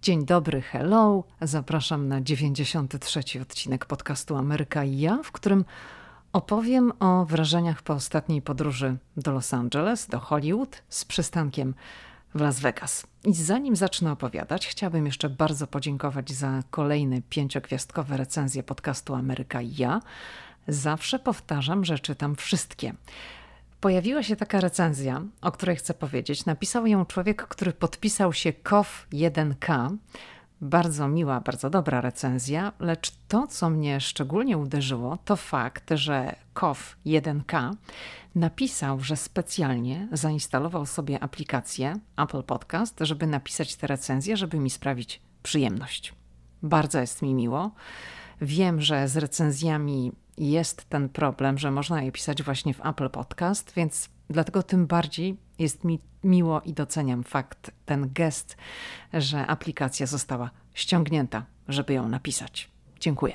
Dzień dobry, hello. Zapraszam na 93. odcinek podcastu Ameryka i ja, w którym opowiem o wrażeniach po ostatniej podróży do Los Angeles, do Hollywood z przystankiem w Las Vegas. I zanim zacznę opowiadać, chciałabym jeszcze bardzo podziękować za kolejne 5-gwiazdkowe recenzje podcastu Ameryka i ja. Zawsze powtarzam, że czytam wszystkie. Pojawiła się taka recenzja, o której chcę powiedzieć. Napisał ją człowiek, który podpisał się KOF1K. Bardzo miła, bardzo dobra recenzja, lecz to, co mnie szczególnie uderzyło, to fakt, że KOF1K napisał, że specjalnie zainstalował sobie aplikację Apple Podcast, żeby napisać tę recenzję, żeby mi sprawić przyjemność. Bardzo jest mi miło. Wiem, że z recenzjami jest ten problem, że można je pisać właśnie w Apple Podcast, więc dlatego tym bardziej jest mi miło i doceniam fakt, ten gest, że aplikacja została ściągnięta, żeby ją napisać. Dziękuję.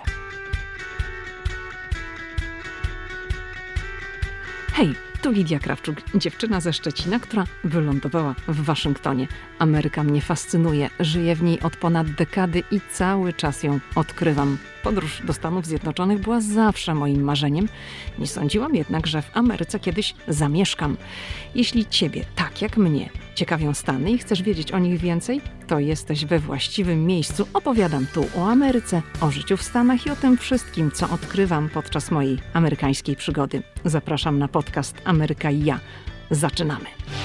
Hej, tu Lidia Krawczuk, dziewczyna ze Szczecina, która wylądowała w Waszyngtonie. Ameryka mnie fascynuje, żyję w niej od ponad dekady i cały czas ją odkrywam. Podróż do Stanów Zjednoczonych była zawsze moim marzeniem. Nie sądziłam jednak, że w Ameryce kiedyś zamieszkam. Jeśli Ciebie, tak jak mnie, ciekawią Stany i chcesz wiedzieć o nich więcej, to jesteś we właściwym miejscu. Opowiadam tu o Ameryce, o życiu w Stanach i o tym wszystkim, co odkrywam podczas mojej amerykańskiej przygody. Zapraszam na podcast Ameryka i ja. Zaczynamy!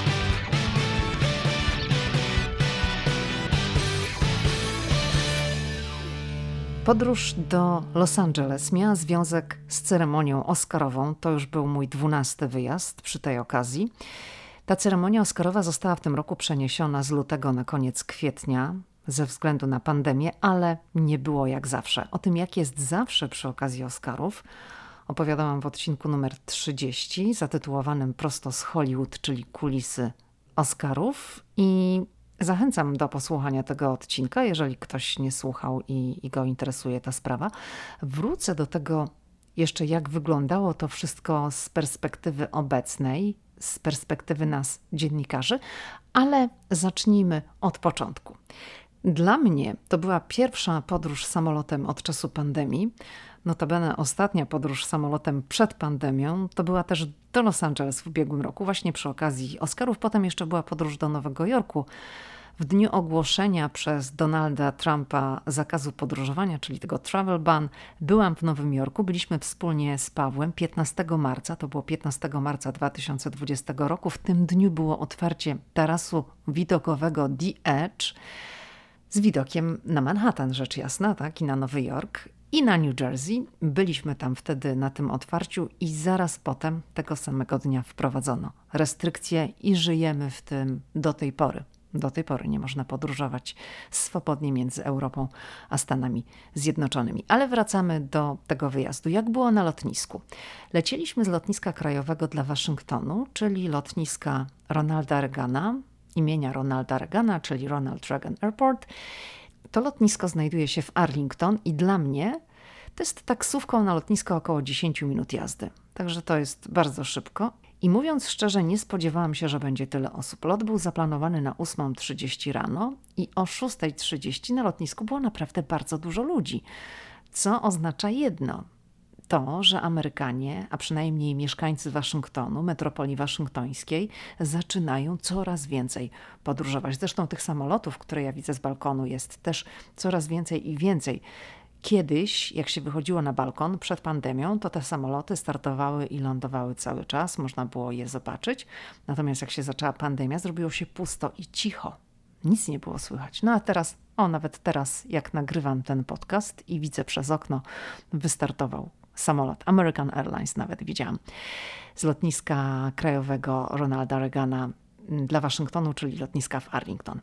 Podróż do Los Angeles miała związek z ceremonią oscarową. To już był mój 12. wyjazd przy tej okazji. Ta ceremonia oscarowa została w tym roku przeniesiona z lutego na koniec kwietnia ze względu na pandemię, ale nie było jak zawsze. O tym, jak jest zawsze przy okazji Oscarów, opowiadałam w odcinku numer 30, zatytułowanym Prosto z Hollywood, czyli kulisy Oscarów. I zachęcam do posłuchania tego odcinka, jeżeli ktoś nie słuchał i go interesuje ta sprawa. Wrócę do tego jeszcze, jak wyglądało to wszystko z perspektywy obecnej, z perspektywy nas, dziennikarzy, ale zacznijmy od początku. Dla mnie to była pierwsza podróż samolotem od czasu pandemii. Notabene ostatnia podróż samolotem przed pandemią to była też do Los Angeles w ubiegłym roku, właśnie przy okazji Oscarów. Potem jeszcze była podróż do Nowego Jorku. W dniu ogłoszenia przez Donalda Trumpa zakazu podróżowania, czyli tego travel ban, byłam w Nowym Jorku. Byliśmy wspólnie z Pawłem 15 marca, to było 15 marca 2020 roku. W tym dniu było otwarcie tarasu widokowego The Edge z widokiem na Manhattan, rzecz jasna, tak, i na Nowy Jork, i na New Jersey. Byliśmy tam wtedy na tym otwarciu i zaraz potem, tego samego dnia, wprowadzono restrykcje i żyjemy w tym do tej pory. Do tej pory nie można podróżować swobodnie między Europą a Stanami Zjednoczonymi. Ale wracamy do tego wyjazdu. Jak było na lotnisku? Lecieliśmy z lotniska krajowego dla Waszyngtonu, czyli lotniska Ronalda Reagana, imienia Ronalda Reagana, czyli Ronald Reagan Airport. To lotnisko znajduje się w Arlington i dla mnie to jest taksówką na lotnisko około 10 minut jazdy. Także to jest bardzo szybko. I mówiąc szczerze, nie spodziewałam się, że będzie tyle osób. Lot był zaplanowany na 8:30 rano i o 6:30 na lotnisku było naprawdę bardzo dużo ludzi. Co oznacza jedno. To, że Amerykanie, a przynajmniej mieszkańcy Waszyngtonu, metropolii waszyngtońskiej, zaczynają coraz więcej podróżować. Zresztą tych samolotów, które ja widzę z balkonu, jest też coraz więcej i więcej. Kiedyś, jak się wychodziło na balkon przed pandemią, to te samoloty startowały i lądowały cały czas, można było je zobaczyć. Natomiast jak się zaczęła pandemia, zrobiło się pusto i cicho. Nic nie było słychać. No a teraz, nawet teraz, jak nagrywam ten podcast i widzę przez okno, wystartował samolot American Airlines, nawet widziałam, z lotniska krajowego Ronalda Reagana dla Waszyngtonu, czyli lotniska w Arlington.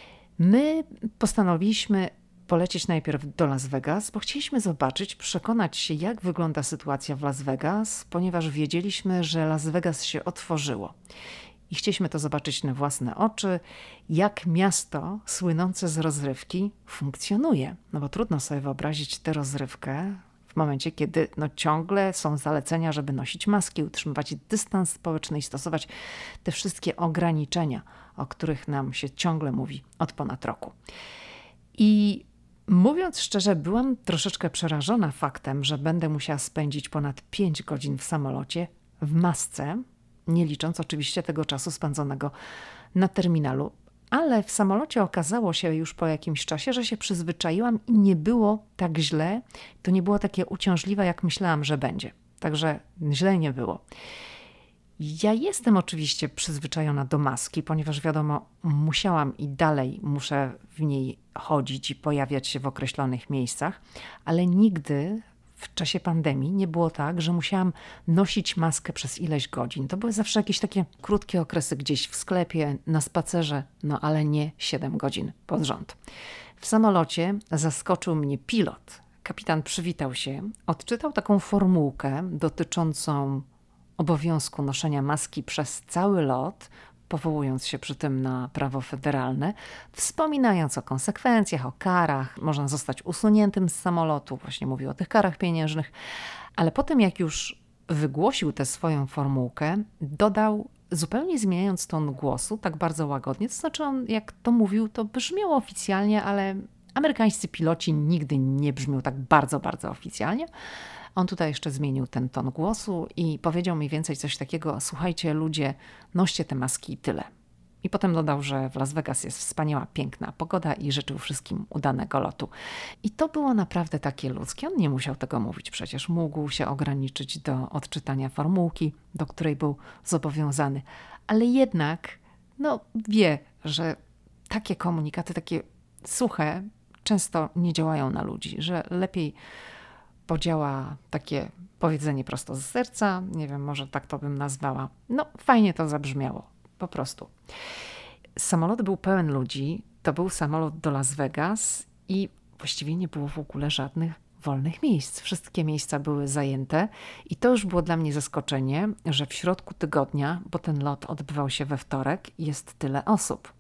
My postanowiliśmy polecieć najpierw do Las Vegas, bo chcieliśmy zobaczyć, przekonać się, jak wygląda sytuacja w Las Vegas, ponieważ wiedzieliśmy, że Las Vegas się otworzyło. I chcieliśmy to zobaczyć na własne oczy, jak miasto słynące z rozrywki funkcjonuje. No bo trudno sobie wyobrazić tę rozrywkę w momencie, kiedy ciągle są zalecenia, żeby nosić maski, utrzymywać dystans społeczny i stosować te wszystkie ograniczenia, o których nam się ciągle mówi od ponad roku. I mówiąc szczerze, byłam troszeczkę przerażona faktem, że będę musiała spędzić ponad 5 godzin w samolocie w masce, nie licząc oczywiście tego czasu spędzonego na terminalu. Ale w samolocie okazało się już po jakimś czasie, że się przyzwyczaiłam i nie było tak źle. To nie było takie uciążliwe, jak myślałam, że będzie. Także źle nie było. Ja jestem oczywiście przyzwyczajona do maski, ponieważ wiadomo, musiałam i dalej muszę w niej chodzić i pojawiać się w określonych miejscach, ale nigdy w czasie pandemii nie było tak, że musiałam nosić maskę przez ileś godzin. To były zawsze jakieś takie krótkie okresy gdzieś w sklepie, na spacerze, no ale nie 7 godzin pod rząd. W samolocie zaskoczył mnie pilot. Kapitan przywitał się, odczytał taką formułkę dotyczącą obowiązku noszenia maski przez cały lot, powołując się przy tym na prawo federalne, wspominając o konsekwencjach, o karach, można zostać usuniętym z samolotu, właśnie mówił o tych karach pieniężnych, ale potem jak już wygłosił tę swoją formułkę, dodał, zupełnie zmieniając ton głosu, tak bardzo łagodnie, to znaczy on jak to mówił, to brzmiało oficjalnie, ale amerykańscy piloci nigdy nie brzmią tak bardzo, bardzo oficjalnie. On tutaj jeszcze zmienił ten ton głosu i powiedział mniej więcej coś takiego: słuchajcie ludzie, noście te maski i tyle. I potem dodał, że w Las Vegas jest wspaniała, piękna pogoda i życzył wszystkim udanego lotu. I to było naprawdę takie ludzkie. On nie musiał tego mówić przecież. Mógł się ograniczyć do odczytania formułki, do której był zobowiązany. Ale jednak wie, że takie komunikaty, takie suche, często nie działają na ludzi, że lepiej podziała takie powiedzenie prosto z serca, nie wiem, może tak to bym nazwała. Fajnie to zabrzmiało, po prostu. Samolot był pełen ludzi, to był samolot do Las Vegas i właściwie nie było w ogóle żadnych wolnych miejsc. Wszystkie miejsca były zajęte i to już było dla mnie zaskoczenie, że w środku tygodnia, bo ten lot odbywał się we wtorek, jest tyle osób.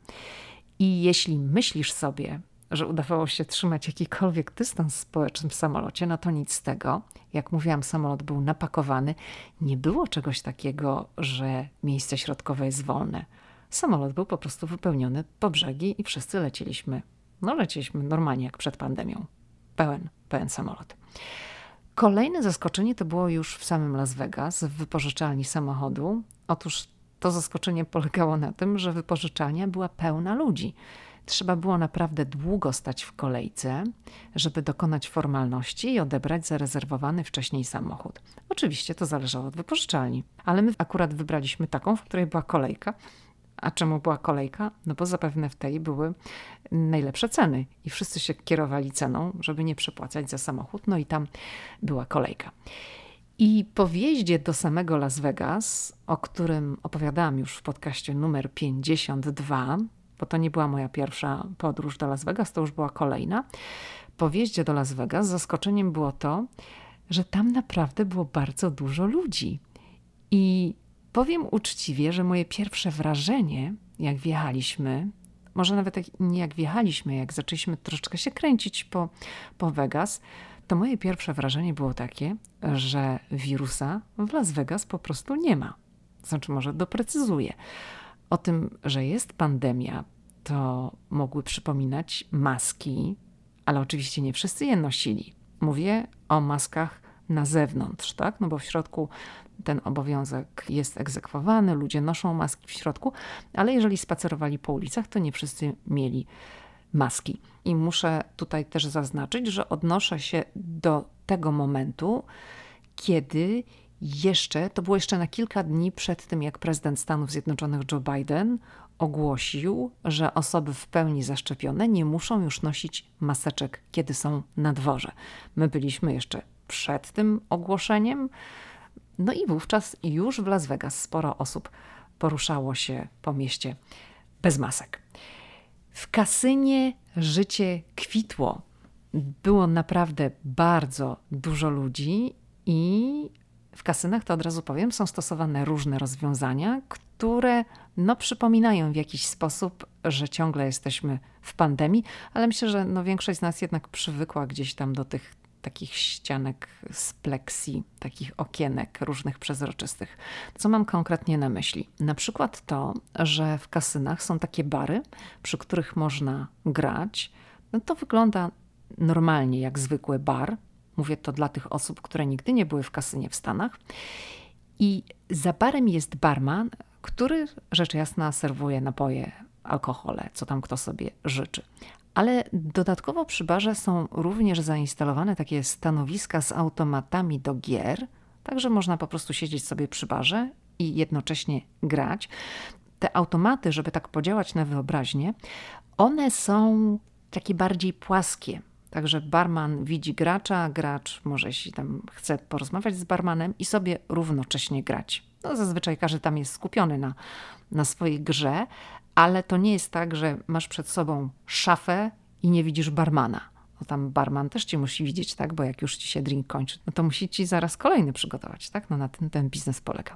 I jeśli myślisz sobie, że udawało się trzymać jakikolwiek dystans społeczny w samolocie, no to nic z tego. Jak mówiłam, samolot był napakowany. Nie było czegoś takiego, że miejsce środkowe jest wolne. Samolot był po prostu wypełniony po brzegi i wszyscy leciliśmy normalnie jak przed pandemią. Pełen samolot. Kolejne zaskoczenie to było już w samym Las Vegas, w wypożyczalni samochodu. Otóż to zaskoczenie polegało na tym, że wypożyczalnia była pełna ludzi. Trzeba było naprawdę długo stać w kolejce, żeby dokonać formalności i odebrać zarezerwowany wcześniej samochód. Oczywiście to zależało od wypożyczalni, ale my akurat wybraliśmy taką, w której była kolejka. A czemu była kolejka? No bo zapewne w tej były najlepsze ceny i wszyscy się kierowali ceną, żeby nie przepłacać za samochód, no i tam była kolejka. I po wjeździe do samego Las Vegas, o którym opowiadałam już w podcaście numer 52, bo to nie była moja pierwsza podróż do Las Vegas, to już była kolejna. Po wjeździe do Las Vegas zaskoczeniem było to, że tam naprawdę było bardzo dużo ludzi. I powiem uczciwie, że moje pierwsze wrażenie, jak wjechaliśmy, może nawet nie jak wjechaliśmy, jak zaczęliśmy troszeczkę się kręcić po Vegas, to moje pierwsze wrażenie było takie, że wirusa w Las Vegas po prostu nie ma. Znaczy, może doprecyzuję. O tym, że jest pandemia, to mogły przypominać maski, ale oczywiście nie wszyscy je nosili. Mówię o maskach na zewnątrz, tak? No bo w środku ten obowiązek jest egzekwowany, ludzie noszą maski w środku, ale jeżeli spacerowali po ulicach, to nie wszyscy mieli maski. I muszę tutaj też zaznaczyć, że odnoszę się do tego momentu, kiedy to było jeszcze na kilka dni przed tym, jak prezydent Stanów Zjednoczonych Joe Biden ogłosił, że osoby w pełni zaszczepione nie muszą już nosić maseczek, kiedy są na dworze. My byliśmy jeszcze przed tym ogłoszeniem, no i wówczas już w Las Vegas sporo osób poruszało się po mieście bez masek. W kasynie życie kwitło. Było naprawdę bardzo dużo ludzi i w kasynach, to od razu powiem, są stosowane różne rozwiązania, które przypominają w jakiś sposób, że ciągle jesteśmy w pandemii, ale myślę, że większość z nas jednak przywykła gdzieś tam do tych takich ścianek z pleksji, takich okienek różnych przezroczystych. Co mam konkretnie na myśli? Na przykład to, że w kasynach są takie bary, przy których można grać. No to wygląda normalnie jak zwykły bar. Mówię to dla tych osób, które nigdy nie były w kasynie w Stanach. I za barem jest barman, który rzecz jasna serwuje napoje, alkohole, co tam kto sobie życzy. Ale dodatkowo przy barze są również zainstalowane takie stanowiska z automatami do gier, także można po prostu siedzieć sobie przy barze i jednocześnie grać. Te automaty, żeby tak podziałać na wyobraźnię, one są takie bardziej płaskie. Także barman widzi gracza, gracz może jeśli tam chce porozmawiać z barmanem i sobie równocześnie grać. No, zazwyczaj każdy tam jest skupiony na swojej grze, ale to nie jest tak, że masz przed sobą szafę i nie widzisz barmana. No tam barman też cię musi widzieć, tak? Bo jak już ci się drink kończy, no to musi ci zaraz kolejny przygotować. Tak? No na tym ten biznes polega.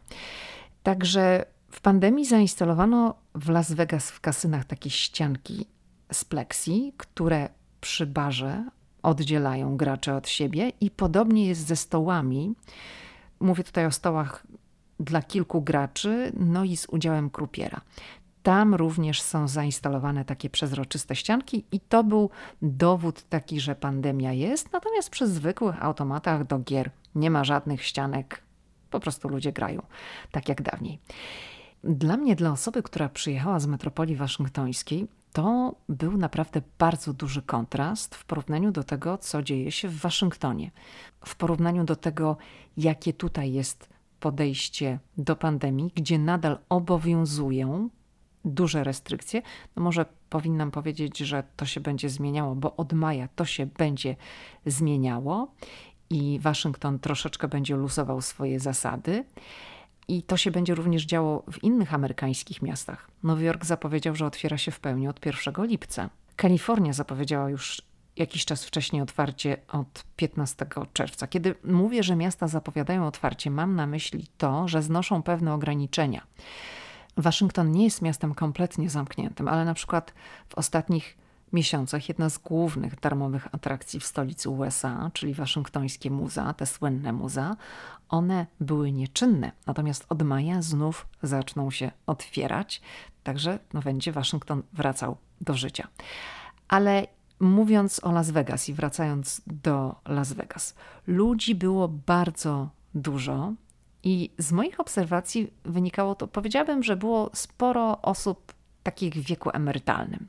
Także w pandemii zainstalowano w Las Vegas w kasynach takie ścianki z pleksji, które przy barze oddzielają gracze od siebie i podobnie jest ze stołami. Mówię tutaj o stołach dla kilku graczy, no i z udziałem krupiera. Tam również są zainstalowane takie przezroczyste ścianki i to był dowód taki, że pandemia jest, natomiast przy zwykłych automatach do gier nie ma żadnych ścianek, po prostu ludzie grają tak jak dawniej. Dla mnie, dla osoby, która przyjechała z metropolii waszyngtońskiej, to był naprawdę bardzo duży kontrast w porównaniu do tego, co dzieje się w Waszyngtonie. W porównaniu do tego, jakie tutaj jest podejście do pandemii, gdzie nadal obowiązują duże restrykcje. No może powinnam powiedzieć, że to się będzie zmieniało, bo od maja to się będzie zmieniało i Waszyngton troszeczkę będzie luzował swoje zasady. I to się będzie również działo w innych amerykańskich miastach. Nowy Jork zapowiedział, że otwiera się w pełni od 1 lipca. Kalifornia zapowiedziała już jakiś czas wcześniej otwarcie od 15 czerwca. Kiedy mówię, że miasta zapowiadają otwarcie, mam na myśli to, że znoszą pewne ograniczenia. Waszyngton nie jest miastem kompletnie zamkniętym, ale na przykład w ostatnich miesiącach jedna z głównych darmowych atrakcji w stolicy USA, czyli waszyngtońskie muza, te słynne muza, one były nieczynne. Natomiast od maja znów zaczną się otwierać, także będzie Waszyngton wracał do życia. Ale mówiąc o Las Vegas i wracając do Las Vegas, ludzi było bardzo dużo i z moich obserwacji wynikało to, powiedziałabym, że było sporo osób takich w wieku emerytalnym.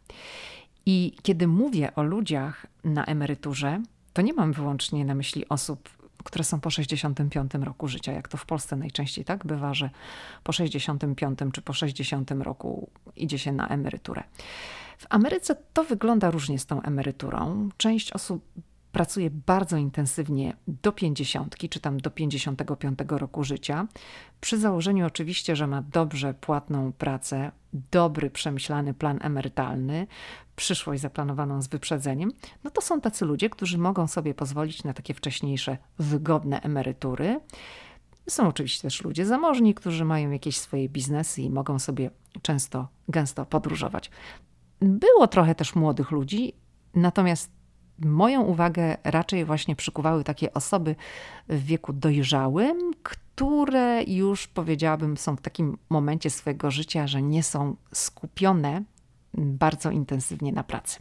I kiedy mówię o ludziach na emeryturze, to nie mam wyłącznie na myśli osób, które są po 65 roku życia, jak to w Polsce najczęściej tak bywa, że po 65 czy po 60 roku idzie się na emeryturę. W Ameryce to wygląda różnie z tą emeryturą. Część osób pracuje bardzo intensywnie do 50 czy tam do 55 roku życia, przy założeniu oczywiście, że ma dobrze płatną pracę, dobry, przemyślany plan emerytalny, przyszłość zaplanowaną z wyprzedzeniem, no to są tacy ludzie, którzy mogą sobie pozwolić na takie wcześniejsze, wygodne emerytury. Są oczywiście też ludzie zamożni, którzy mają jakieś swoje biznesy i mogą sobie często, gęsto podróżować. Było trochę też młodych ludzi, natomiast moją uwagę raczej właśnie przykuwały takie osoby w wieku dojrzałym, które już powiedziałabym są w takim momencie swojego życia, że nie są skupione bardzo intensywnie na pracy.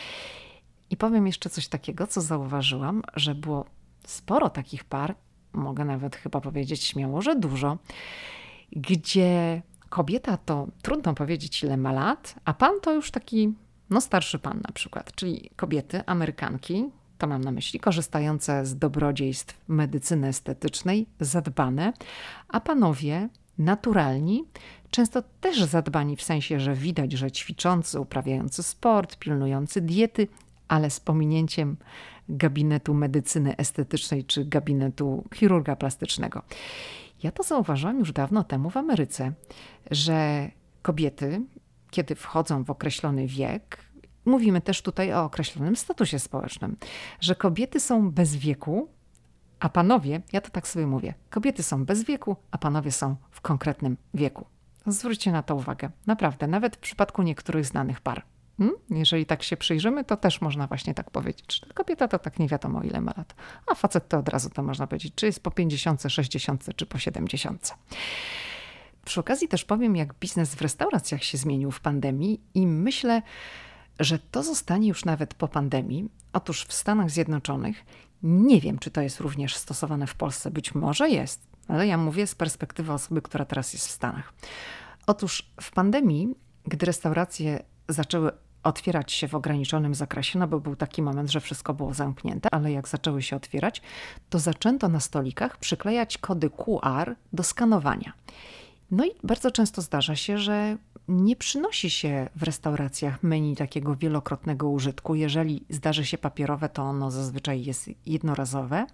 I powiem jeszcze coś takiego, co zauważyłam, że było sporo takich par, mogę nawet chyba powiedzieć śmiało, że dużo, gdzie kobieta to trudno powiedzieć ile ma lat, a pan to już taki starszy pan na przykład, czyli kobiety, Amerykanki, to mam na myśli, korzystające z dobrodziejstw medycyny estetycznej, zadbane, a panowie naturalni, często też zadbani w sensie, że widać, że ćwiczący, uprawiający sport, pilnujący diety, ale z pominięciem gabinetu medycyny estetycznej czy gabinetu chirurga plastycznego. Ja to zauważyłam już dawno temu w Ameryce, że kobiety, kiedy wchodzą w określony wiek, mówimy też tutaj o określonym statusie społecznym, że kobiety są bez wieku, a panowie, ja to tak sobie mówię, kobiety są bez wieku, a panowie są w konkretnym wieku. Zwróćcie na to uwagę. Naprawdę, nawet w przypadku niektórych znanych par. Jeżeli tak się przyjrzymy, to też można właśnie tak powiedzieć, że kobieta to tak nie wiadomo ile ma lat, a facet to od razu to można powiedzieć, czy jest po 50, 60 czy po 70. Przy okazji też powiem, jak biznes w restauracjach się zmienił w pandemii i myślę, że to zostanie już nawet po pandemii. Otóż w Stanach Zjednoczonych, nie wiem, czy to jest również stosowane w Polsce, być może jest, ale ja mówię z perspektywy osoby, która teraz jest w Stanach. Otóż w pandemii, gdy restauracje zaczęły otwierać się w ograniczonym zakresie, no bo był taki moment, że wszystko było zamknięte, ale jak zaczęły się otwierać, to zaczęto na stolikach przyklejać kody QR do skanowania. No i bardzo często zdarza się, że nie przynosi się w restauracjach menu takiego wielokrotnego użytku. Jeżeli zdarzy się papierowe, to ono zazwyczaj jest jednorazowe.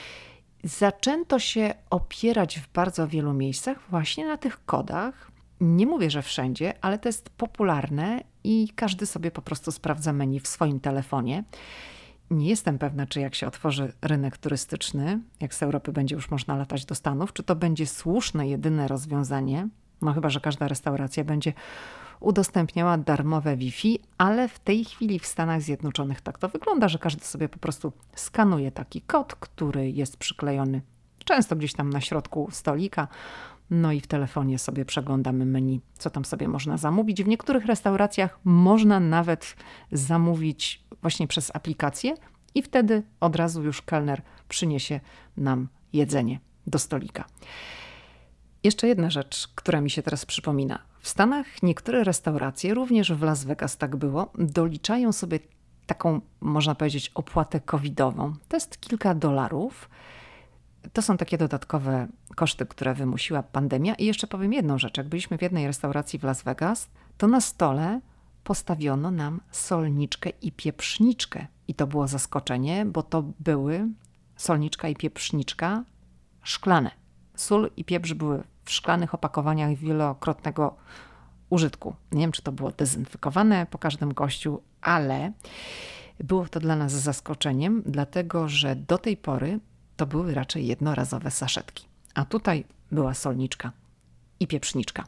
Zaczęto się opierać w bardzo wielu miejscach właśnie na tych kodach. Nie mówię, że wszędzie, ale to jest popularne i każdy sobie po prostu sprawdza menu w swoim telefonie. Nie jestem pewna, czy jak się otworzy rynek turystyczny, jak z Europy będzie już można latać do Stanów, czy to będzie słuszne, jedyne rozwiązanie. No chyba, że każda restauracja będzie udostępniała darmowe Wi-Fi, ale w tej chwili w Stanach Zjednoczonych tak to wygląda, że każdy sobie po prostu skanuje taki kod, który jest przyklejony często gdzieś tam na środku stolika. No i w telefonie sobie przeglądamy menu, co tam sobie można zamówić. W niektórych restauracjach można nawet zamówić właśnie przez aplikację i wtedy od razu już kelner przyniesie nam jedzenie do stolika. Jeszcze jedna rzecz, która mi się teraz przypomina. W Stanach niektóre restauracje, również w Las Vegas tak było, doliczają sobie taką, można powiedzieć, opłatę covidową. To jest kilka dolarów. To są takie dodatkowe koszty, które wymusiła pandemia. I jeszcze powiem jedną rzecz. Jak byliśmy w jednej restauracji w Las Vegas, to na stole postawiono nam solniczkę i pieprzniczkę. I to było zaskoczenie, bo to były solniczka i pieprzniczka szklane. Sól i pieprz były w szklanych opakowaniach wielokrotnego użytku. Nie wiem, czy to było dezynfekowane po każdym gościu, ale było to dla nas zaskoczeniem, dlatego że do tej pory to były raczej jednorazowe saszetki. A tutaj była solniczka i pieprzniczka.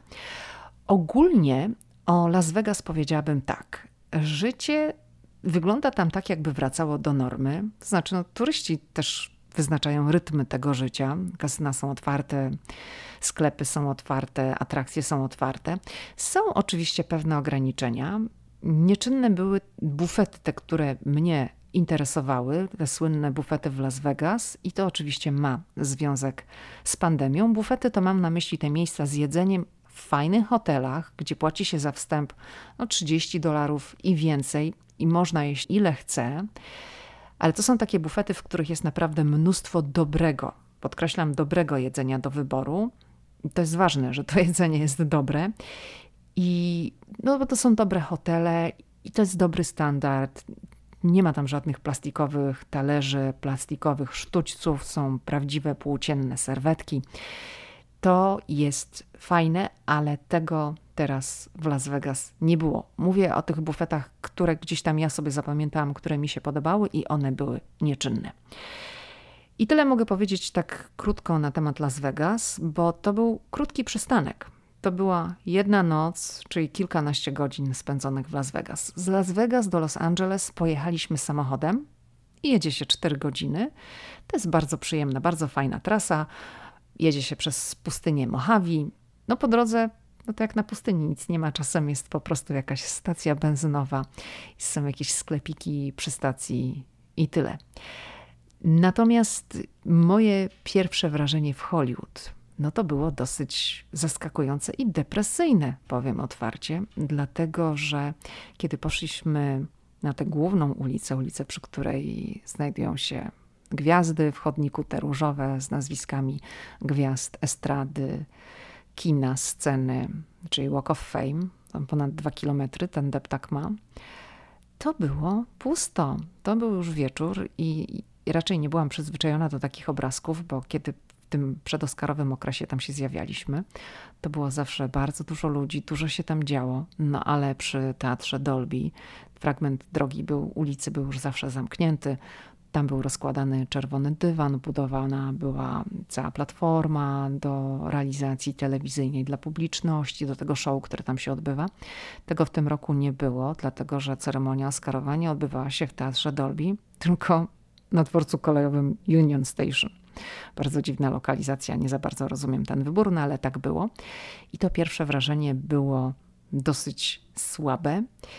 Ogólnie o Las Vegas powiedziałabym tak. Życie wygląda tam tak, jakby wracało do normy. To znaczy, turyści też wyznaczają rytmy tego życia. Kasyna są otwarte, sklepy są otwarte, atrakcje są otwarte. Są oczywiście pewne ograniczenia. Nieczynne były bufety, te, które mnie interesowały, te słynne bufety w Las Vegas i to oczywiście ma związek z pandemią. Bufety to mam na myśli te miejsca z jedzeniem w fajnych hotelach, gdzie płaci się za wstęp $30 i więcej i można jeść ile chce, ale to są takie bufety, w których jest naprawdę mnóstwo dobrego, podkreślam, dobrego jedzenia do wyboru. I to jest ważne, że to jedzenie jest dobre i no bo to są dobre hotele i to jest dobry standard. Nie ma tam żadnych plastikowych talerzy, plastikowych sztućców, są prawdziwe płócienne serwetki. To jest fajne, ale tego teraz w Las Vegas nie było. Mówię o tych bufetach, które gdzieś tam ja sobie zapamiętałam, które mi się podobały i one były nieczynne. I tyle mogę powiedzieć tak krótko na temat Las Vegas, bo to był krótki przystanek. To była jedna noc, czyli kilkanaście godzin spędzonych w Las Vegas. Z Las Vegas do Los Angeles pojechaliśmy samochodem i jedzie się 4 godziny. To jest bardzo przyjemna, bardzo fajna trasa. Jedzie się przez pustynię Mojave. No po drodze, no to jak na pustyni, nic nie ma. Czasem jest po prostu jakaś stacja benzynowa. Są jakieś sklepiki przy stacji i tyle. Natomiast moje pierwsze wrażenie w Hollywood, no to było dosyć zaskakujące i depresyjne, powiem otwarcie, dlatego że kiedy poszliśmy na tę główną ulicę, przy której znajdują się gwiazdy w chodniku, te różowe z nazwiskami gwiazd estrady, kina, sceny, czyli Walk of Fame, tam ponad 2 kilometry ten deptak ma, to było pusto. To był już wieczór i raczej nie byłam przyzwyczajona do takich obrazków, bo kiedy w tym przedoscarowym okresie tam się zjawialiśmy, to było zawsze bardzo dużo ludzi, dużo się tam działo, no ale przy Teatrze Dolby fragment ulicy był już zawsze zamknięty. Tam był rozkładany czerwony dywan, budowana była cała platforma do realizacji telewizyjnej dla publiczności, do tego show, które tam się odbywa. Tego w tym roku nie było, dlatego że ceremonia oscarowania odbywała się w Teatrze Dolby, tylko na dworcu kolejowym Union Station. Bardzo dziwna lokalizacja, nie za bardzo rozumiem ten wybór, no ale tak było. I to pierwsze wrażenie było dosyć słabe.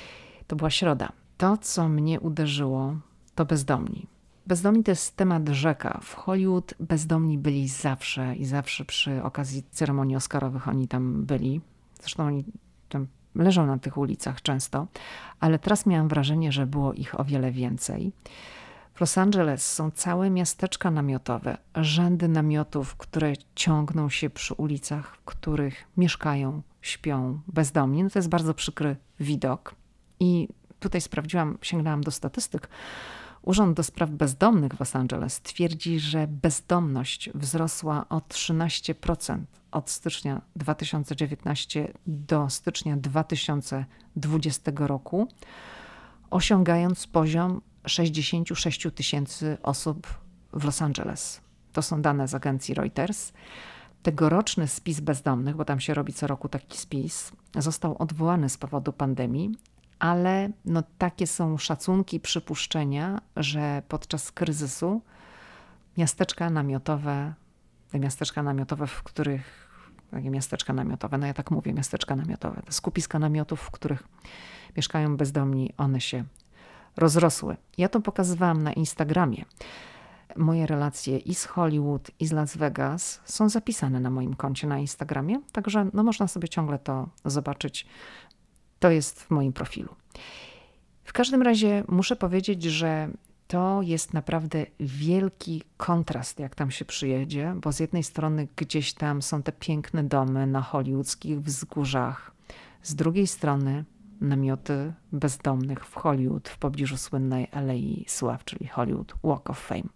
To była środa. To, co mnie uderzyło, to bezdomni. Bezdomni to jest temat rzeka. W Hollywood bezdomni byli zawsze i zawsze przy okazji ceremonii oscarowych oni tam byli. Zresztą oni tam leżą na tych ulicach często, ale teraz miałam wrażenie, że było ich o wiele więcej. W Los Angeles są całe miasteczka namiotowe, rzędy namiotów, które ciągną się przy ulicach, w których mieszkają, śpią bezdomni. No to jest bardzo przykry widok. I tutaj sięgnęłam do statystyk. Urząd do Spraw Bezdomnych w Los Angeles twierdzi, że bezdomność wzrosła o 13% od stycznia 2019 do stycznia 2020 roku, osiągając poziom 66 000 osób w Los Angeles. To są dane z agencji Reuters. Tegoroczny spis bezdomnych, bo tam się robi co roku taki spis, został odwołany z powodu pandemii, ale takie są szacunki, przypuszczenia, że podczas kryzysu miasteczka namiotowe, w których, takie miasteczka namiotowe, ja tak mówię, miasteczka namiotowe, te skupiska namiotów, w których mieszkają bezdomni, one się rozrosły. Ja to pokazywałam na Instagramie. Moje relacje i z Hollywood, i z Las Vegas są zapisane na moim koncie na Instagramie, także można sobie ciągle to zobaczyć. To jest w moim profilu. W każdym razie muszę powiedzieć, że to jest naprawdę wielki kontrast, jak tam się przyjedzie, bo z jednej strony gdzieś tam są te piękne domy na hollywoodzkich wzgórzach, z drugiej strony namioty bezdomnych w Hollywood, w pobliżu słynnej Alei Sław, czyli Hollywood Walk of Fame.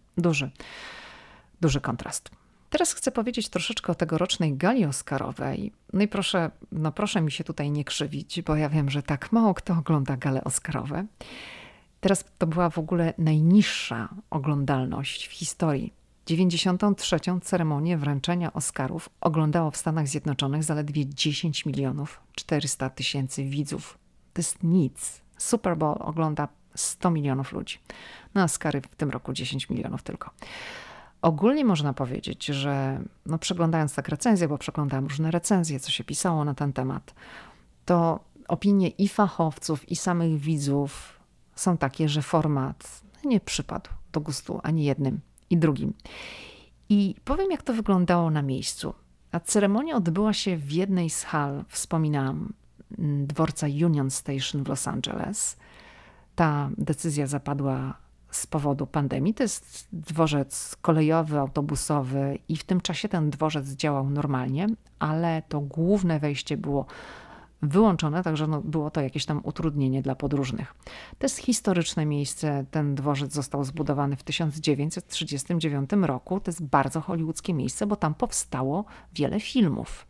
Duży kontrast. Teraz chcę powiedzieć troszeczkę o tegorocznej gali oscarowej. No i proszę mi się tutaj nie krzywić, bo ja wiem, że tak mało kto ogląda gale oscarowe. Teraz to była w ogóle najniższa oglądalność w historii. 93. ceremonię wręczenia Oscarów oglądało w Stanach Zjednoczonych zaledwie 10 400 000 widzów. To jest nic. Super Bowl ogląda 100 milionów ludzi. Na Oscary w tym roku 10 milionów tylko. Ogólnie można powiedzieć, że przeglądając tak recenzje, bo przeglądałam różne recenzje, co się pisało na ten temat, to opinie i fachowców, i samych widzów są takie, że format nie przypadł do gustu ani jednym i drugim. I powiem, jak to wyglądało na miejscu. A ceremonia odbyła się w jednej z hal, wspominałam, dworca Union Station w Los Angeles. Ta decyzja zapadła z powodu pandemii. To jest dworzec kolejowy, autobusowy i w tym czasie ten dworzec działał normalnie, ale to główne wejście było wyłączone, także było to jakieś tam utrudnienie dla podróżnych. To jest historyczne miejsce. Ten dworzec został zbudowany w 1939 roku. To jest bardzo hollywoodzkie miejsce, bo tam powstało wiele filmów.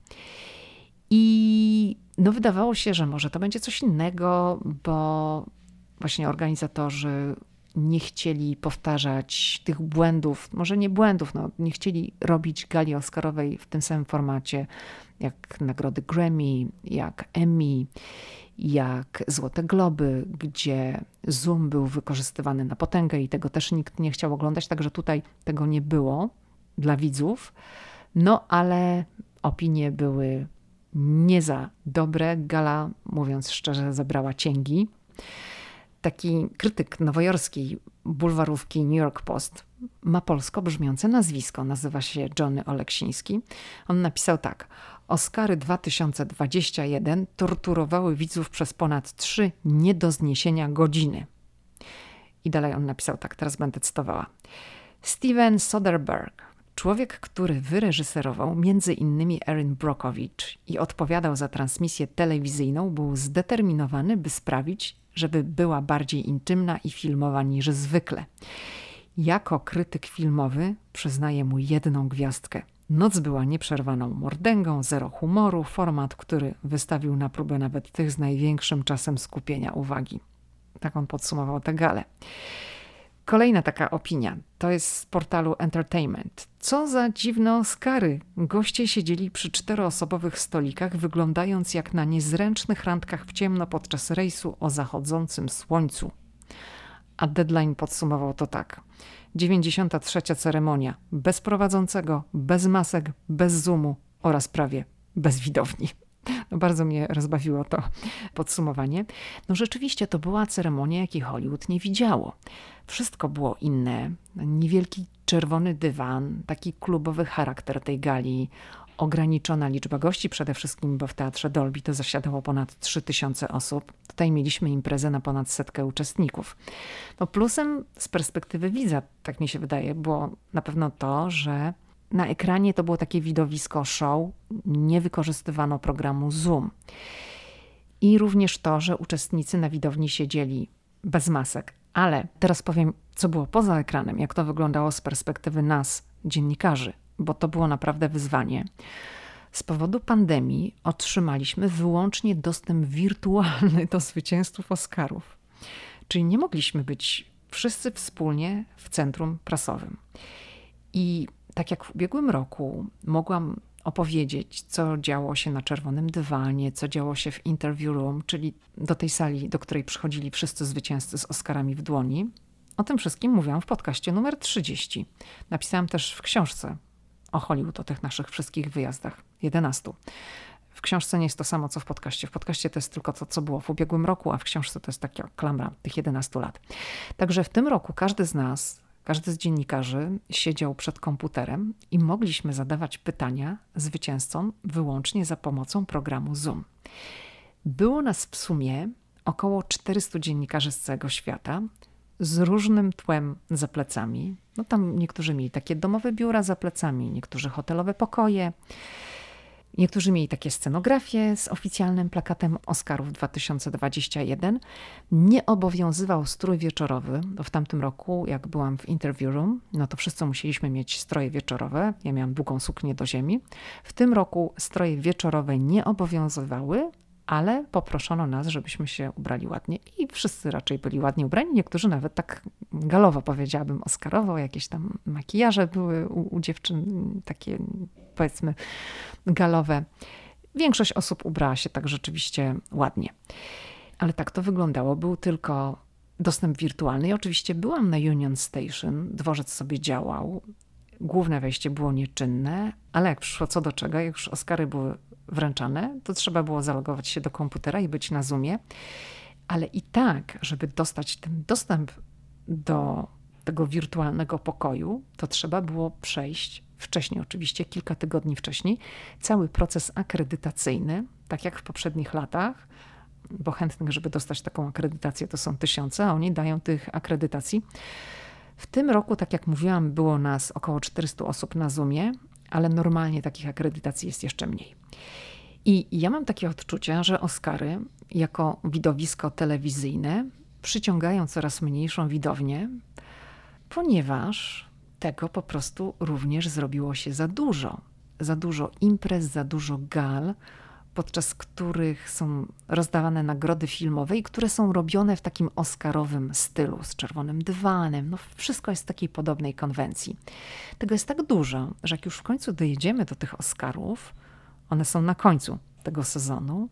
I wydawało się, że może to będzie coś innego, bo właśnie organizatorzy nie chcieli powtarzać tych błędów, może nie błędów, nie chcieli robić gali oscarowej w tym samym formacie jak nagrody Grammy, jak Emmy, jak Złote Globy, gdzie Zoom był wykorzystywany na potęgę i tego też nikt nie chciał oglądać, także tutaj tego nie było dla widzów, ale opinie były nie za dobre. Gala, mówiąc szczerze, zebrała cięgi. Taki krytyk nowojorskiej bulwarówki New York Post ma polsko brzmiące nazwisko. Nazywa się Johnny Oleksiński. On napisał tak. Oscary 2021 torturowały widzów przez ponad 3 nie do zniesienia godziny. I dalej on napisał tak, teraz będę cytowała. Steven Soderbergh, człowiek, który wyreżyserował m.in. Erin Brockovich i odpowiadał za transmisję telewizyjną, był zdeterminowany, by sprawić, żeby była bardziej intymna i filmowa niż zwykle. Jako krytyk filmowy przyznaję mu 1 gwiazdkę. Noc była nieprzerwaną mordęgą, zero humoru, format, który wystawił na próbę nawet tych z największym czasem skupienia uwagi. Tak on podsumował tę galę. Kolejna taka opinia, to jest z portalu Entertainment. Co za dziwne Oscary. Goście siedzieli przy 4-osobowych stolikach, wyglądając jak na niezręcznych randkach w ciemno podczas rejsu o zachodzącym słońcu. A Deadline podsumował to tak. 93. ceremonia. Bez prowadzącego, bez masek, bez zoomu oraz prawie bez widowni. No bardzo mnie rozbawiło to podsumowanie. No rzeczywiście to była ceremonia, jakiej Hollywood nie widziało. Wszystko było inne. Niewielki czerwony dywan, taki klubowy charakter tej gali, ograniczona liczba gości przede wszystkim, bo w Teatrze Dolby to zasiadało ponad 3000 osób. Tutaj mieliśmy imprezę na ponad 100 uczestników. No plusem z perspektywy widza, tak mi się wydaje, było na pewno to, że na ekranie to było takie widowisko show, nie wykorzystywano programu Zoom. I również to, że uczestnicy na widowni siedzieli bez masek. Ale teraz powiem, co było poza ekranem, jak to wyglądało z perspektywy nas, dziennikarzy, bo to było naprawdę wyzwanie. Z powodu pandemii otrzymaliśmy wyłącznie dostęp wirtualny do zwycięzców Oscarów. Czyli nie mogliśmy być wszyscy wspólnie w centrum prasowym. I tak jak w ubiegłym roku mogłam opowiedzieć, co działo się na czerwonym dywanie, co działo się w interview room, czyli do tej sali, do której przychodzili wszyscy zwycięzcy z Oscarami w dłoni. O tym wszystkim mówiłam w podcaście numer 30. Napisałam też w książce o Hollywood, o tych naszych wszystkich wyjazdach, 11. W książce nie jest to samo, co w podcaście. W podcaście to jest tylko to, co było w ubiegłym roku, a w książce to jest taka klamra tych 11 lat. Także w tym roku każdy z nas, każdy z dziennikarzy siedział przed komputerem i mogliśmy zadawać pytania zwycięzcom wyłącznie za pomocą programu Zoom. Było nas w sumie około 400 dziennikarzy z całego świata z różnym tłem za plecami. No tam niektórzy mieli takie domowe biura za plecami, niektórzy hotelowe pokoje. Niektórzy mieli takie scenografie z oficjalnym plakatem Oscarów 2021. Nie obowiązywał strój wieczorowy. W tamtym roku, jak byłam w interview room, no to wszyscy musieliśmy mieć stroje wieczorowe. Ja miałam długą suknię do ziemi. W tym roku stroje wieczorowe nie obowiązywały, ale poproszono nas, żebyśmy się ubrali ładnie i wszyscy raczej byli ładnie ubrani. Niektórzy nawet tak galowo, powiedziałabym, oscarowo, jakieś tam makijaże były u dziewczyn takie, powiedzmy, galowe. Większość osób ubrała się tak rzeczywiście ładnie. Ale tak to wyglądało. Był tylko dostęp wirtualny. I oczywiście byłam na Union Station, dworzec sobie działał. Główne wejście było nieczynne, ale jak przyszło co do czego, jak już Oscary były wręczane, to trzeba było zalogować się do komputera i być na Zoomie. Ale i tak, żeby dostać ten dostęp do tego wirtualnego pokoju, to trzeba było przejść wcześniej, oczywiście kilka tygodni wcześniej, cały proces akredytacyjny, tak jak w poprzednich latach, bo chętnych, żeby dostać taką akredytację, to są tysiące, a oni dają tych akredytacji. W tym roku, tak jak mówiłam, było nas około 400 osób na Zoomie, ale normalnie takich akredytacji jest jeszcze mniej. I ja mam takie odczucie, że Oscary jako widowisko telewizyjne przyciągają coraz mniejszą widownię, ponieważ tego po prostu również zrobiło się za dużo. Za dużo imprez, za dużo gal, podczas których są rozdawane nagrody filmowe i które są robione w takim oscarowym stylu, z czerwonym dywanem. No wszystko jest w takiej podobnej konwencji. Tego jest tak dużo, że jak już w końcu dojedziemy do tych Oscarów, one są na końcu tego sezonu,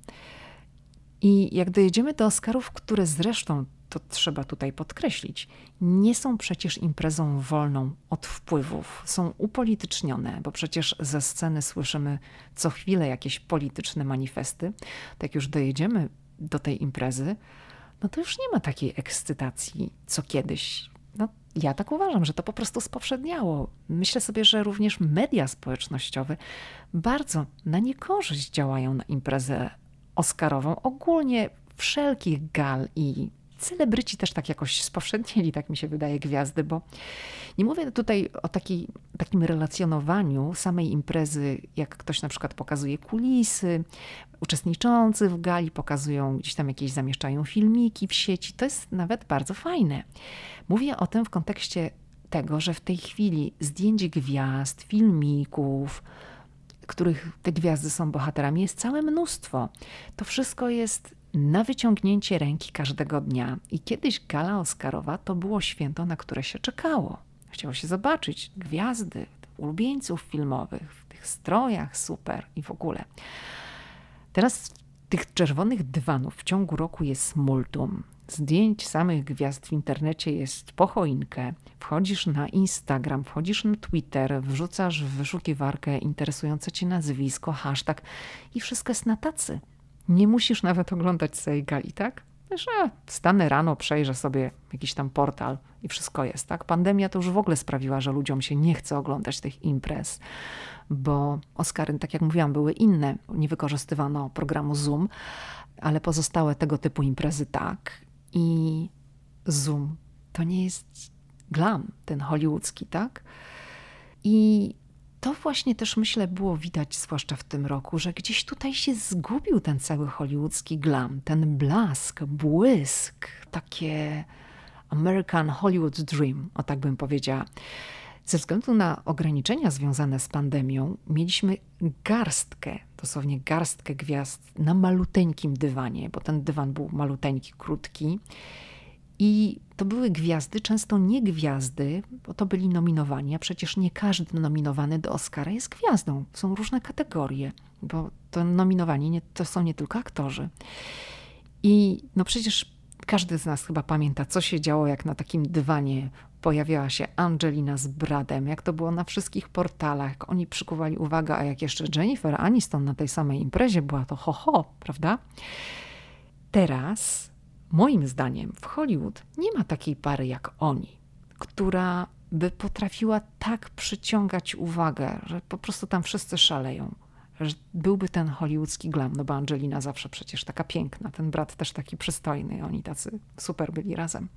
i jak dojedziemy do Oscarów, które zresztą, to trzeba tutaj podkreślić, nie są przecież imprezą wolną od wpływów. Są upolitycznione, bo przecież ze sceny słyszymy co chwilę jakieś polityczne manifesty. Tak jak już dojedziemy do tej imprezy, no to już nie ma takiej ekscytacji co kiedyś. No, ja tak uważam, że to po prostu spowszedniało. Myślę sobie, że również media społecznościowe bardzo na niekorzyść działają na imprezę oscarową. Ogólnie wszelkich gal i celebryci też tak jakoś spowszednili, tak mi się wydaje, gwiazdy, bo nie mówię tutaj o takim relacjonowaniu samej imprezy, jak ktoś na przykład pokazuje kulisy, uczestniczący w gali pokazują gdzieś tam jakieś, zamieszczają filmiki w sieci. To jest nawet bardzo fajne. Mówię o tym w kontekście tego, że w tej chwili zdjęć gwiazd, filmików, których te gwiazdy są bohaterami, jest całe mnóstwo. To wszystko jest na wyciągnięcie ręki każdego dnia. I kiedyś gala oscarowa to było święto, na które się czekało. Chciało się zobaczyć gwiazdy, ulubieńców filmowych, w tych strojach super i w ogóle. Teraz Tych czerwonych dywanów w ciągu roku jest multum. Zdjęć samych gwiazd w internecie jest po choinkę. Wchodzisz na Instagram, wchodzisz na Twitter, wrzucasz w wyszukiwarkę interesujące cię nazwisko, hashtag i wszystko jest na tacy. Nie musisz nawet oglądać całej gali, tak? Że wstanę rano, przejrzę sobie jakiś tam portal i wszystko jest, tak? Pandemia to już w ogóle sprawiła, że ludziom się nie chce oglądać tych imprez, bo Oscary, tak jak mówiłam, były inne. Nie wykorzystywano programu Zoom, ale pozostałe tego typu imprezy tak. I Zoom to nie jest glam, ten hollywoodzki, tak? I to właśnie też, myślę, było widać, zwłaszcza w tym roku, że gdzieś tutaj się zgubił ten cały hollywoodzki glam, ten blask, błysk, takie American Hollywood Dream, o tak bym powiedziała. Ze względu na ograniczenia związane z pandemią mieliśmy garstkę, dosłownie garstkę gwiazd na maluteńkim dywanie, bo ten dywan był maluteńki, krótki. I to były gwiazdy, często nie gwiazdy, bo to byli nominowani, a przecież nie każdy nominowany do Oscara jest gwiazdą. Są różne kategorie, bo to nominowani to są nie tylko aktorzy. I no przecież każdy z nas chyba pamięta, co się działo, jak na takim dywanie pojawiała się Angelina z Bradem, jak to było na wszystkich portalach, jak oni przykuwali uwagę, a jak jeszcze Jennifer Aniston na tej samej imprezie była, to ho, prawda? Teraz, moim zdaniem, w Hollywood nie ma takiej pary jak oni, która by potrafiła tak przyciągać uwagę, że po prostu tam wszyscy szaleją. Że byłby ten hollywoodzki glam, no bo Angelina zawsze przecież taka piękna, ten brat też taki przystojny, oni tacy super byli razem.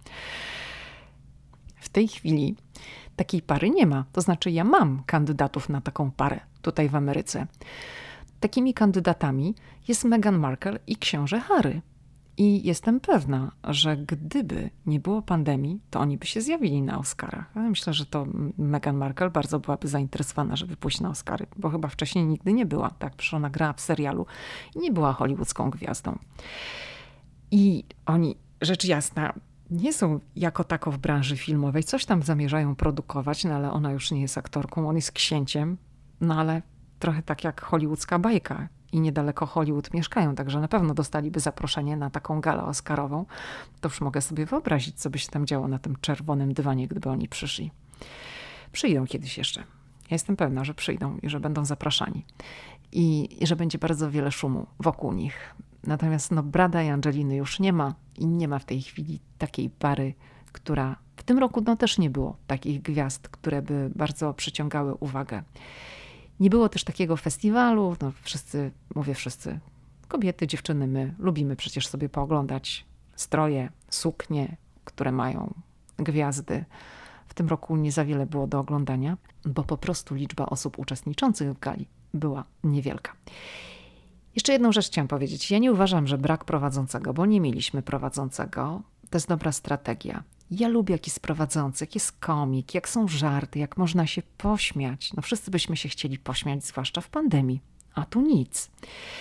W tej chwili takiej pary nie ma, to znaczy ja mam kandydatów na taką parę tutaj w Ameryce. Takimi kandydatami jest Meghan Markle i książę Harry. I jestem pewna, że gdyby nie było pandemii, to oni by się zjawili na Oscarach. Ja myślę, że to Meghan Markle bardzo byłaby zainteresowana, żeby pójść na Oscary, bo chyba wcześniej nigdy nie była. Tak, przecież ona grała w serialu i nie była hollywoodzką gwiazdą. I oni, rzecz jasna, nie są jako tako w branży filmowej. Coś tam zamierzają produkować, no ale ona już nie jest aktorką, on jest księciem, no ale trochę tak jak hollywoodzka bajka. I niedaleko Hollywood mieszkają, także na pewno dostaliby zaproszenie na taką galę oscarową. To już mogę sobie wyobrazić, co by się tam działo na tym czerwonym dywanie, gdyby oni przyszli. Przyjdą kiedyś jeszcze. Ja jestem pewna, że przyjdą i że będą zapraszani. I że będzie bardzo wiele szumu wokół nich. Natomiast no, Brada i Angeliny już nie ma i nie ma w tej chwili takiej pary, która w tym roku no, też nie było takich gwiazd, które by bardzo przyciągały uwagę. Nie było też takiego festiwalu, no wszyscy, kobiety, dziewczyny, my lubimy przecież sobie pooglądać stroje, suknie, które mają gwiazdy. W tym roku nie za wiele było do oglądania, bo po prostu liczba osób uczestniczących w gali była niewielka. Jeszcze jedną rzecz chciałam powiedzieć. Ja nie uważam, że brak prowadzącego, bo nie mieliśmy prowadzącego. To jest dobra strategia. Ja lubię, jak jest prowadzący, jak jest komik, jak są żarty, jak można się pośmiać. No wszyscy byśmy się chcieli pośmiać, zwłaszcza w pandemii, a tu nic.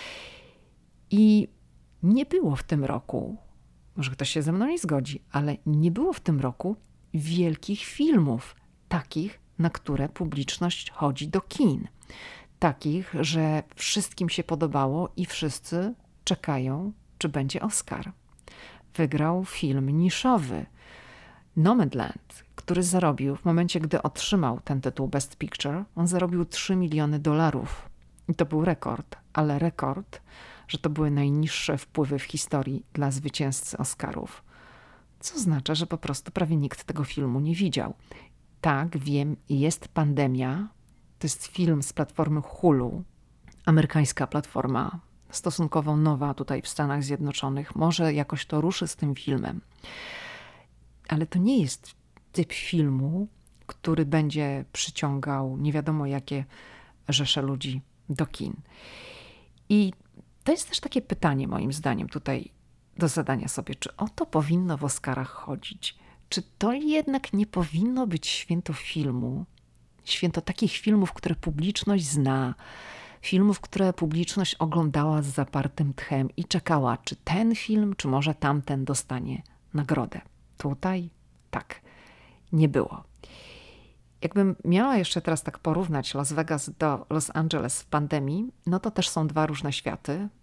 I nie było w tym roku, może ktoś się ze mną nie zgodzi, ale nie było w tym roku wielkich filmów, takich, na które publiczność chodzi do kin. Takich, że wszystkim się podobało i wszyscy czekają, czy będzie Oscar. Wygrał film niszowy Nomadland, który zarobił w momencie, gdy otrzymał ten tytuł Best Picture, on zarobił $3 miliony. I to był rekord, ale rekord, że to były najniższe wpływy w historii dla zwycięzcy Oscarów. Co oznacza, że po prostu prawie nikt tego filmu nie widział. Tak, wiem, jest pandemia. To jest film z platformy Hulu, amerykańska platforma, stosunkowo nowa tutaj w Stanach Zjednoczonych. Może jakoś to ruszy z tym filmem. Ale to nie jest typ filmu, który będzie przyciągał nie wiadomo jakie rzesze ludzi do kin. I to jest też takie pytanie moim zdaniem tutaj do zadania sobie, czy o to powinno w Oscarach chodzić? Czy to jednak nie powinno być święto filmu? Święto takich filmów, które publiczność zna, filmów, które publiczność oglądała z zapartym tchem i czekała, czy ten film, czy może tamten dostanie nagrodę. Tutaj tak nie było. Jakbym miała jeszcze teraz tak porównać Las Vegas do Los Angeles w pandemii, no to też są dwa różne światy,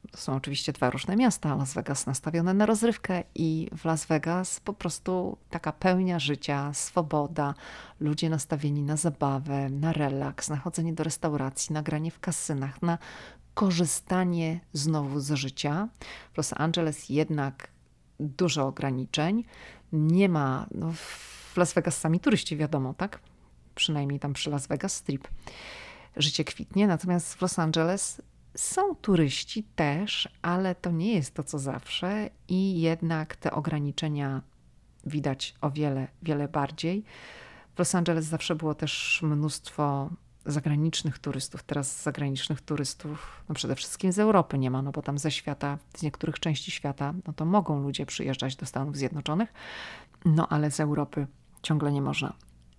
To są oczywiście dwa różne miasta. Las Vegas nastawione na rozrywkę i w Las Vegas po prostu taka pełnia życia, swoboda, ludzie nastawieni na zabawę, na relaks, na chodzenie do restauracji, na granie w kasynach, na korzystanie znowu z życia. W Los Angeles jednak dużo ograniczeń. Nie ma, w Las Vegas sami turyści wiadomo, tak? Przynajmniej tam przy Las Vegas Strip życie kwitnie, natomiast w Los Angeles są turyści też, ale to nie jest to, co zawsze i jednak te ograniczenia widać o wiele, wiele bardziej. W Los Angeles zawsze było też mnóstwo zagranicznych turystów. Teraz zagranicznych turystów, no przede wszystkim z Europy nie ma, no bo tam ze świata, z niektórych części świata, no to mogą ludzie przyjeżdżać do Stanów Zjednoczonych, no ale z Europy ciągle nie można.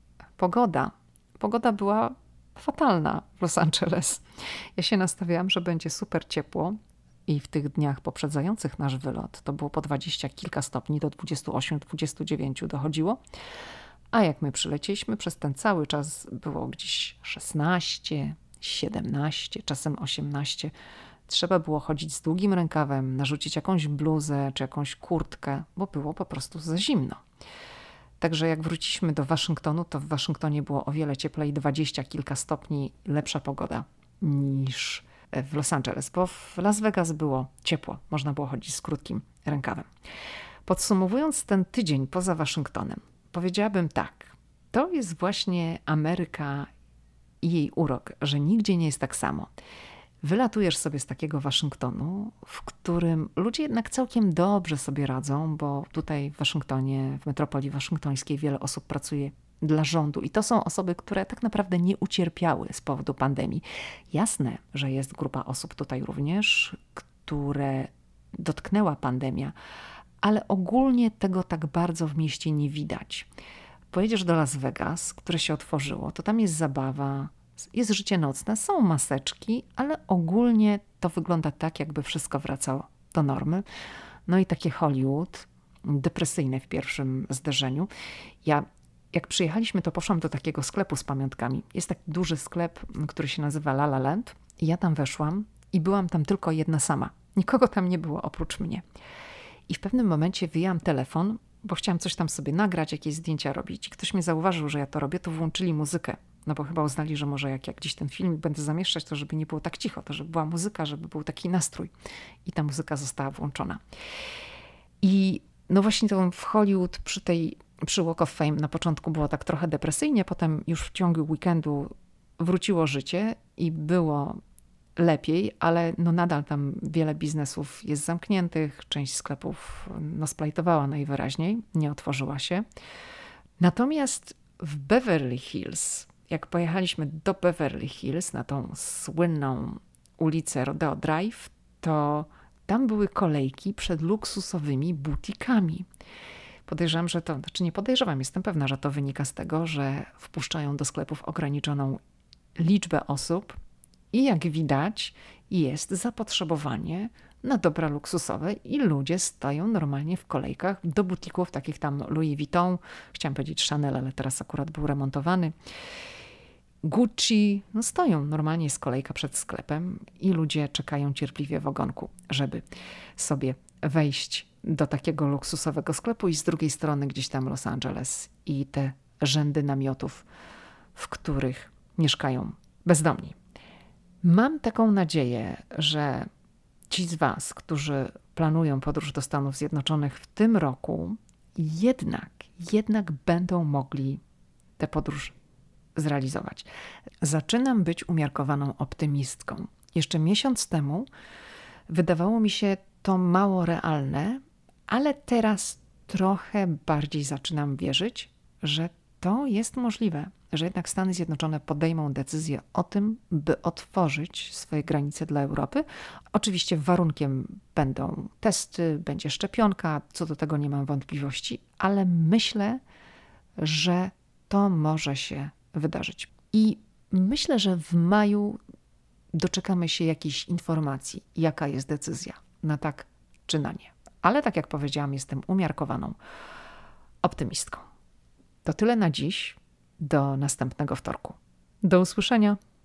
Pogoda była fatalna w Los Angeles. Ja się nastawiałam, że będzie super ciepło i w tych dniach poprzedzających nasz wylot to było po 20 kilka stopni, do 28-29 dochodziło. A jak my przylecieliśmy, przez ten cały czas było gdzieś 16, 17, czasem 18. Trzeba było chodzić z długim rękawem, narzucić jakąś bluzę czy jakąś kurtkę, bo było po prostu za zimno. Także jak wróciliśmy do Waszyngtonu, to w Waszyngtonie było o wiele cieplej, 20 kilka stopni, lepsza pogoda niż w Los Angeles, bo w Las Vegas było ciepło, można było chodzić z krótkim rękawem. Podsumowując ten tydzień poza Waszyngtonem, powiedziałabym tak, to jest właśnie Ameryka i jej urok, że nigdzie nie jest tak samo. Wylatujesz sobie z takiego Waszyngtonu, w którym ludzie jednak całkiem dobrze sobie radzą, bo tutaj w Waszyngtonie, w metropolii waszyngtońskiej wiele osób pracuje dla rządu i to są osoby, które tak naprawdę nie ucierpiały z powodu pandemii. Jasne, że jest grupa osób tutaj również, które dotknęła pandemia, ale ogólnie tego tak bardzo w mieście nie widać. Pojedziesz do Las Vegas, które się otworzyło, to tam jest zabawa, jest życie nocne, są maseczki, ale ogólnie to wygląda tak, jakby wszystko wracało do normy. No i takie Hollywood, depresyjne w pierwszym zderzeniu. Ja jak przyjechaliśmy, to poszłam do takiego sklepu z pamiątkami. Jest taki duży sklep, który się nazywa La La Land. I ja tam weszłam i byłam tam tylko jedna sama. Nikogo tam nie było oprócz mnie. I w pewnym momencie wyjęłam telefon, bo chciałam coś tam sobie nagrać, jakieś zdjęcia robić. I ktoś mnie zauważył, że ja to robię, to włączyli muzykę. No bo chyba uznali, że może jak gdzieś ten film będę zamieszczać, to żeby nie było tak cicho, to żeby była muzyka, żeby był taki nastrój. I ta muzyka została włączona. I no właśnie to w Hollywood przy Walk of Fame na początku było tak trochę depresyjnie, potem już w ciągu weekendu wróciło życie i było lepiej, ale no nadal tam wiele biznesów jest zamkniętych, część sklepów no splajtowała najwyraźniej, nie otworzyła się. Natomiast w Beverly Hills, jak pojechaliśmy do Beverly Hills na tą słynną ulicę Rodeo Drive, to tam były kolejki przed luksusowymi butikami. Podejrzewam, że to, znaczy nie podejrzewam, jestem pewna, że to wynika z tego, że wpuszczają do sklepów ograniczoną liczbę osób i jak widać jest zapotrzebowanie na dobra luksusowe i ludzie stoją normalnie w kolejkach do butików takich tam Louis Vuitton, chciałam powiedzieć Chanel, ale teraz akurat był remontowany, Gucci, no stoją normalnie, jest kolejka przed sklepem i ludzie czekają cierpliwie w ogonku, żeby sobie wejść do takiego luksusowego sklepu i z drugiej strony gdzieś tam Los Angeles i te rzędy namiotów, w których mieszkają bezdomni. Mam taką nadzieję, że ci z Was, którzy planują podróż do Stanów Zjednoczonych w tym roku, jednak będą mogli tę podróż zrealizować. Zaczynam być umiarkowaną optymistką. Jeszcze miesiąc temu wydawało mi się to mało realne, ale teraz trochę bardziej zaczynam wierzyć, że to jest możliwe, że jednak Stany Zjednoczone podejmą decyzję o tym, by otworzyć swoje granice dla Europy. Oczywiście warunkiem będą testy, będzie szczepionka, co do tego nie mam wątpliwości, ale myślę, że to może się wydarzyć. I myślę, że w maju doczekamy się jakiejś informacji, jaka jest decyzja, na tak czy na nie. Ale tak jak powiedziałam, jestem umiarkowaną optymistką. To tyle na dziś. Do następnego wtorku. Do usłyszenia.